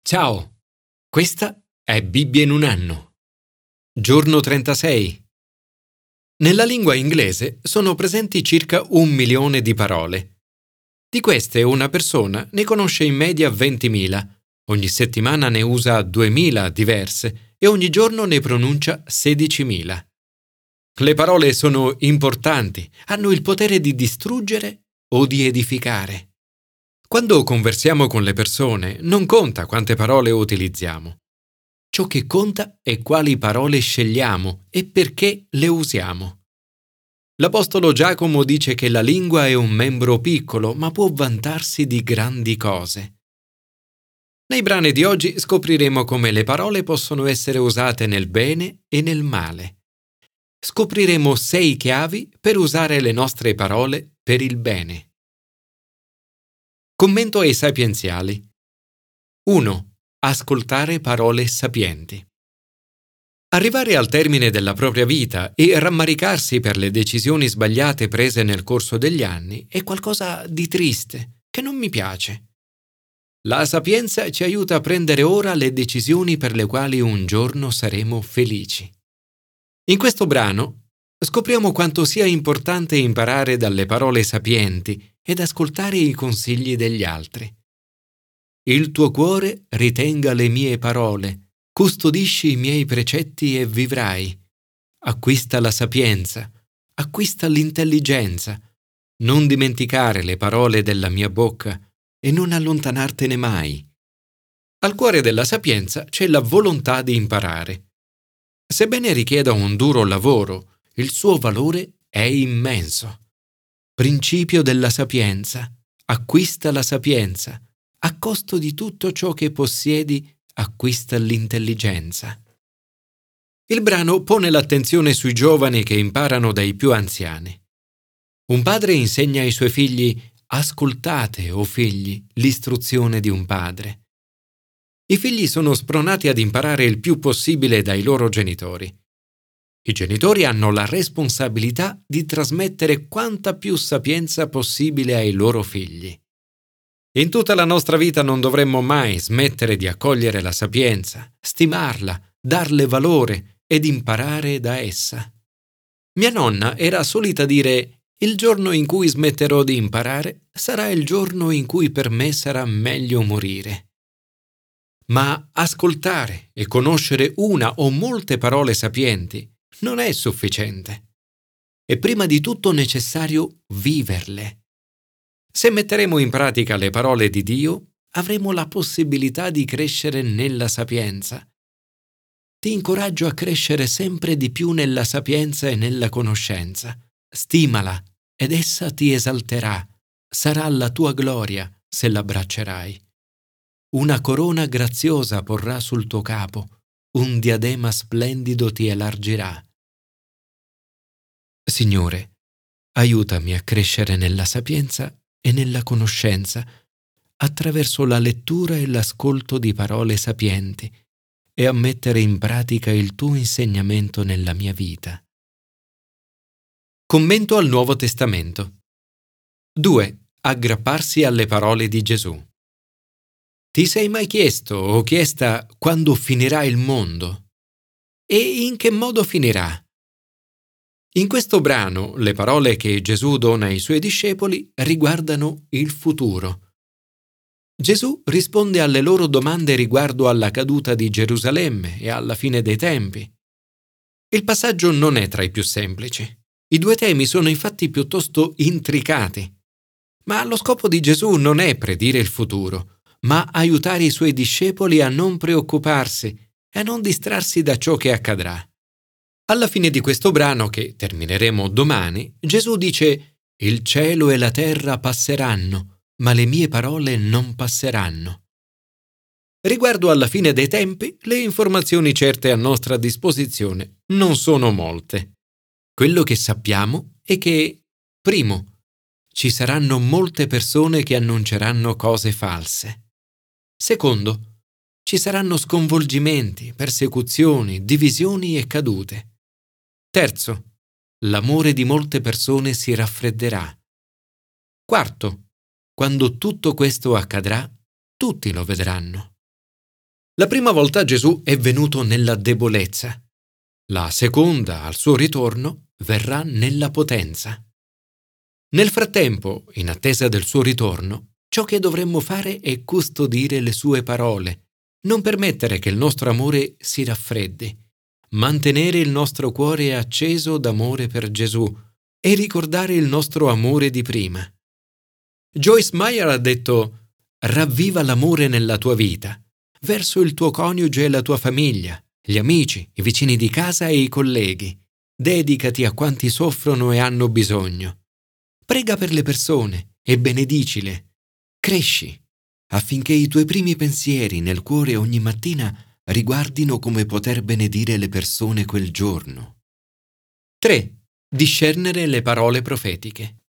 Ciao, questa è Bibbia in un anno. Giorno 36. Nella lingua inglese sono presenti circa 1 milione di parole. Di queste una persona ne conosce in media 20.000, ogni settimana ne usa 2.000 diverse e ogni giorno ne pronuncia 16.000. Le parole sono importanti, hanno il potere di distruggere o di edificare. Quando conversiamo con le persone, non conta quante parole utilizziamo. Ciò che conta è quali parole scegliamo e perché le usiamo. L'Apostolo Giacomo dice che la lingua è un membro piccolo, ma può vantarsi di grandi cose. Nei brani di oggi scopriremo come le parole possono essere usate nel bene e nel male. Scopriremo 6 chiavi per usare le nostre parole per il bene. Commento ai sapienziali. 1. Ascoltare parole sapienti. Arrivare al termine della propria vita e rammaricarsi per le decisioni sbagliate prese nel corso degli anni è qualcosa di triste, che non mi piace. La sapienza ci aiuta a prendere ora le decisioni per le quali un giorno saremo felici. In questo brano scopriamo quanto sia importante imparare dalle parole sapienti ed ascoltare i consigli degli altri. Il tuo cuore ritenga le mie parole, custodisci i miei precetti e vivrai. Acquista la sapienza, acquista l'intelligenza. Non dimenticare le parole della mia bocca e non allontanartene mai. Al cuore della sapienza c'è la volontà di imparare. Sebbene richieda un duro lavoro, il suo valore è immenso. Principio della sapienza. Acquista la sapienza. A costo di tutto ciò che possiedi, acquista l'intelligenza. Il brano pone l'attenzione sui giovani che imparano dai più anziani. Un padre insegna ai suoi figli: ascoltate, o figli, l'istruzione di un padre. I figli sono spronati ad imparare il più possibile dai loro genitori. I genitori hanno la responsabilità di trasmettere quanta più sapienza possibile ai loro figli. In tutta la nostra vita non dovremmo mai smettere di accogliere la sapienza, stimarla, darle valore ed imparare da essa. Mia nonna era solita dire: il giorno in cui smetterò di imparare sarà il giorno in cui per me sarà meglio morire. Ma ascoltare e conoscere una o molte parole sapienti non è sufficiente. È prima di tutto necessario viverle. Se metteremo in pratica le parole di Dio, avremo la possibilità di crescere nella sapienza. Ti incoraggio a crescere sempre di più nella sapienza e nella conoscenza. Stimala ed essa ti esalterà. Sarà la tua gloria se l'abbraccerai. Una corona graziosa porrà sul tuo capo, un diadema splendido ti elargirà. Signore, aiutami a crescere nella sapienza e nella conoscenza attraverso la lettura e l'ascolto di parole sapienti e a mettere in pratica il tuo insegnamento nella mia vita. Commento al Nuovo Testamento. 2. Aggrapparsi alle parole di Gesù. Ti sei mai chiesto o chiesta quando finirà il mondo? E in che modo finirà? In questo brano, le parole che Gesù dona ai suoi discepoli riguardano il futuro. Gesù risponde alle loro domande riguardo alla caduta di Gerusalemme e alla fine dei tempi. Il passaggio non è tra i più semplici. I 2 temi sono infatti piuttosto intricati. Ma lo scopo di Gesù non è predire il futuro, ma aiutare i suoi discepoli a non preoccuparsi e a non distrarsi da ciò che accadrà. Alla fine di questo brano, che termineremo domani, Gesù dice: «Il cielo e la terra passeranno, ma le mie parole non passeranno». Riguardo alla fine dei tempi, le informazioni certe a nostra disposizione non sono molte. Quello che sappiamo è che, primo, ci saranno molte persone che annunceranno cose false. Secondo, ci saranno sconvolgimenti, persecuzioni, divisioni e cadute. Terzo, l'amore di molte persone si raffredderà. Quarto, quando tutto questo accadrà, tutti lo vedranno. La prima volta Gesù è venuto nella debolezza. La seconda, al suo ritorno, verrà nella potenza. Nel frattempo, in attesa del suo ritorno, ciò che dovremmo fare è custodire le sue parole, non permettere che il nostro amore si raffreddi, mantenere il nostro cuore acceso d'amore per Gesù e ricordare il nostro amore di prima. Joyce Meyer ha detto: ravviva l'amore nella tua vita, verso il tuo coniuge e la tua famiglia, gli amici, i vicini di casa e i colleghi. Dedicati a quanti soffrono e hanno bisogno. Prega per le persone e benedicile. Cresci, affinché i tuoi primi pensieri nel cuore ogni mattina riguardino come poter benedire le persone quel giorno. 3. Discernere le parole profetiche.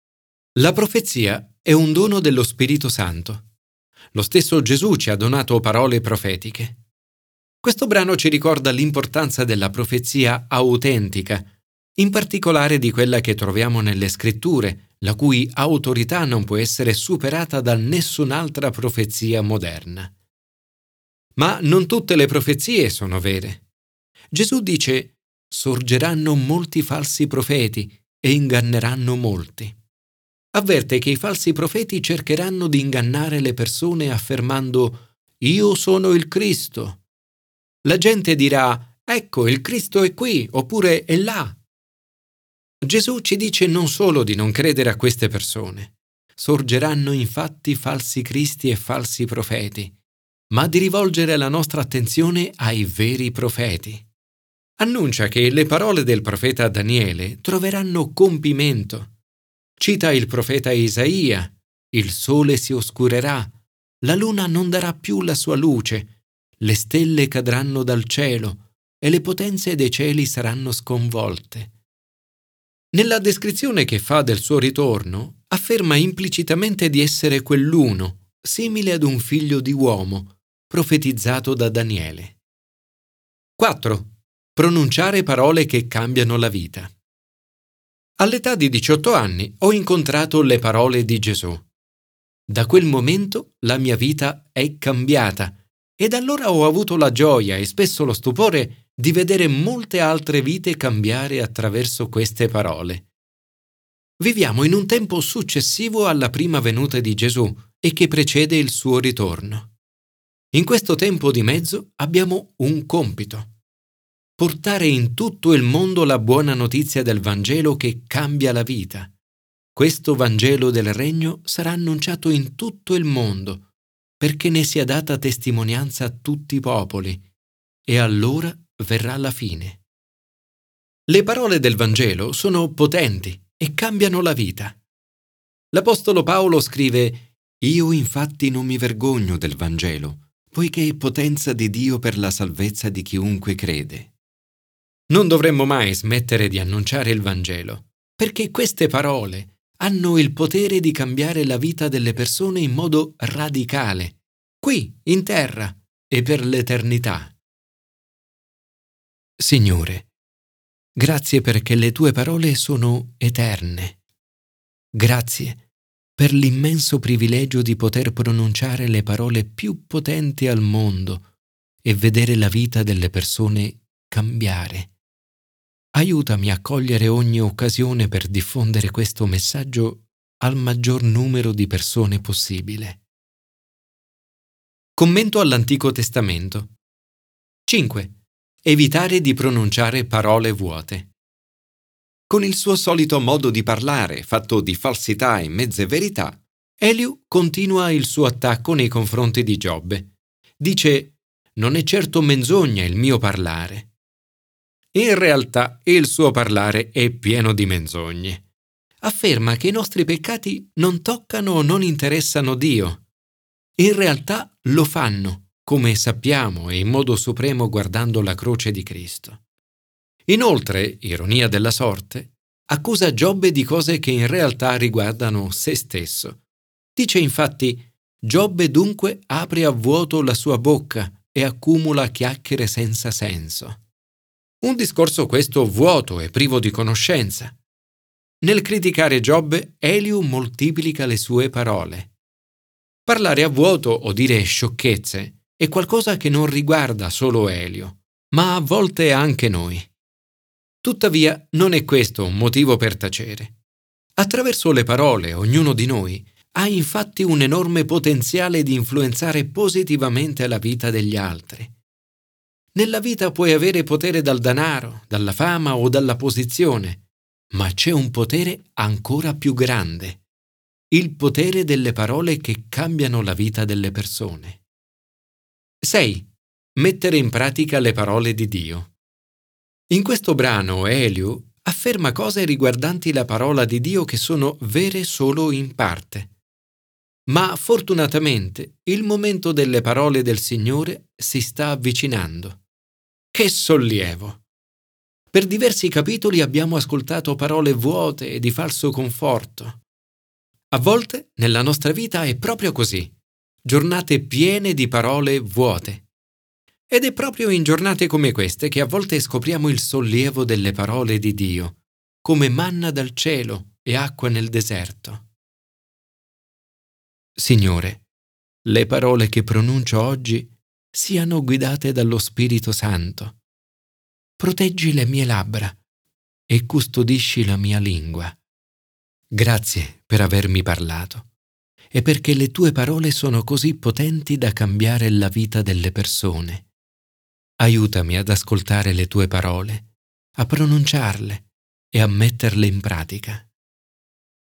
La profezia è un dono dello Spirito Santo. Lo stesso Gesù ci ha donato parole profetiche. Questo brano ci ricorda l'importanza della profezia autentica, in particolare di quella che troviamo nelle Scritture, la cui autorità non può essere superata da nessun'altra profezia moderna. Ma non tutte le profezie sono vere. Gesù dice: sorgeranno molti falsi profeti e inganneranno molti. Avverte che i falsi profeti cercheranno di ingannare le persone affermando: io sono il Cristo. La gente dirà: ecco, il Cristo è qui, oppure è là. Gesù ci dice non solo di non credere a queste persone. Sorgeranno infatti falsi cristi e falsi profeti, ma di rivolgere la nostra attenzione ai veri profeti. Annuncia che le parole del profeta Daniele troveranno compimento. Cita il profeta Isaia: il sole si oscurerà, la luna non darà più la sua luce, le stelle cadranno dal cielo e le potenze dei cieli saranno sconvolte. Nella descrizione che fa del suo ritorno, afferma implicitamente di essere quell'uno, simile ad un figlio di uomo, profetizzato da Daniele. 4. Pronunciare parole che cambiano la vita. All'età di 18 anni ho incontrato le parole di Gesù. Da quel momento la mia vita è cambiata e da allora ho avuto la gioia e spesso lo stupore di vedere molte altre vite cambiare attraverso queste parole. Viviamo in un tempo successivo alla prima venuta di Gesù e che precede il suo ritorno. In questo tempo di mezzo abbiamo un compito: portare in tutto il mondo la buona notizia del Vangelo che cambia la vita. Questo Vangelo del Regno sarà annunciato in tutto il mondo, perché ne sia data testimonianza a tutti i popoli, e allora verrà la fine. Le parole del Vangelo sono potenti e cambiano la vita. L'Apostolo Paolo scrive: «Io infatti non mi vergogno del Vangelo, poiché è potenza di Dio per la salvezza di chiunque crede». Non dovremmo mai smettere di annunciare il Vangelo, perché queste parole hanno il potere di cambiare la vita delle persone in modo radicale, qui, in terra e per l'eternità. Signore, grazie perché le tue parole sono eterne. Grazie per l'immenso privilegio di poter pronunciare le parole più potenti al mondo e vedere la vita delle persone cambiare. Aiutami a cogliere ogni occasione per diffondere questo messaggio al maggior numero di persone possibile. Commento all'Antico Testamento. 5. Evitare di pronunciare parole vuote. Con il suo solito modo di parlare, fatto di falsità e mezze verità, Eliu continua il suo attacco nei confronti di Giobbe. Dice: «Non è certo menzogna il mio parlare». In realtà il suo parlare è pieno di menzogne. Afferma che i nostri peccati non toccano o non interessano Dio. In realtà lo fanno, come sappiamo e in modo supremo guardando la croce di Cristo. Inoltre, ironia della sorte, accusa Giobbe di cose che in realtà riguardano se stesso. Dice infatti: «Giobbe dunque apre a vuoto la sua bocca e accumula chiacchiere senza senso». Un discorso questo vuoto e privo di conoscenza. Nel criticare Giobbe, Eliu moltiplica le sue parole. Parlare a vuoto o dire sciocchezze è qualcosa che non riguarda solo Elio, ma a volte anche noi. Tuttavia, non è questo un motivo per tacere. Attraverso le parole, ognuno di noi ha infatti un enorme potenziale di influenzare positivamente la vita degli altri. Nella vita puoi avere potere dal denaro, dalla fama o dalla posizione, ma c'è un potere ancora più grande, il potere delle parole che cambiano la vita delle persone. 6. Mettere in pratica le parole di Dio. In questo brano Eliu afferma cose riguardanti la parola di Dio che sono vere solo in parte. Ma fortunatamente il momento delle parole del Signore si sta avvicinando. Che sollievo! Per diversi capitoli abbiamo ascoltato parole vuote e di falso conforto. A volte nella nostra vita è proprio così, giornate piene di parole vuote. Ed è proprio in giornate come queste che a volte scopriamo il sollievo delle parole di Dio, come manna dal cielo e acqua nel deserto. Signore, le parole che pronuncio oggi siano guidate dallo Spirito Santo. Proteggi le mie labbra e custodisci la mia lingua. Grazie per avermi parlato e perché le tue parole sono così potenti da cambiare la vita delle persone. Aiutami ad ascoltare le tue parole, a pronunciarle e a metterle in pratica.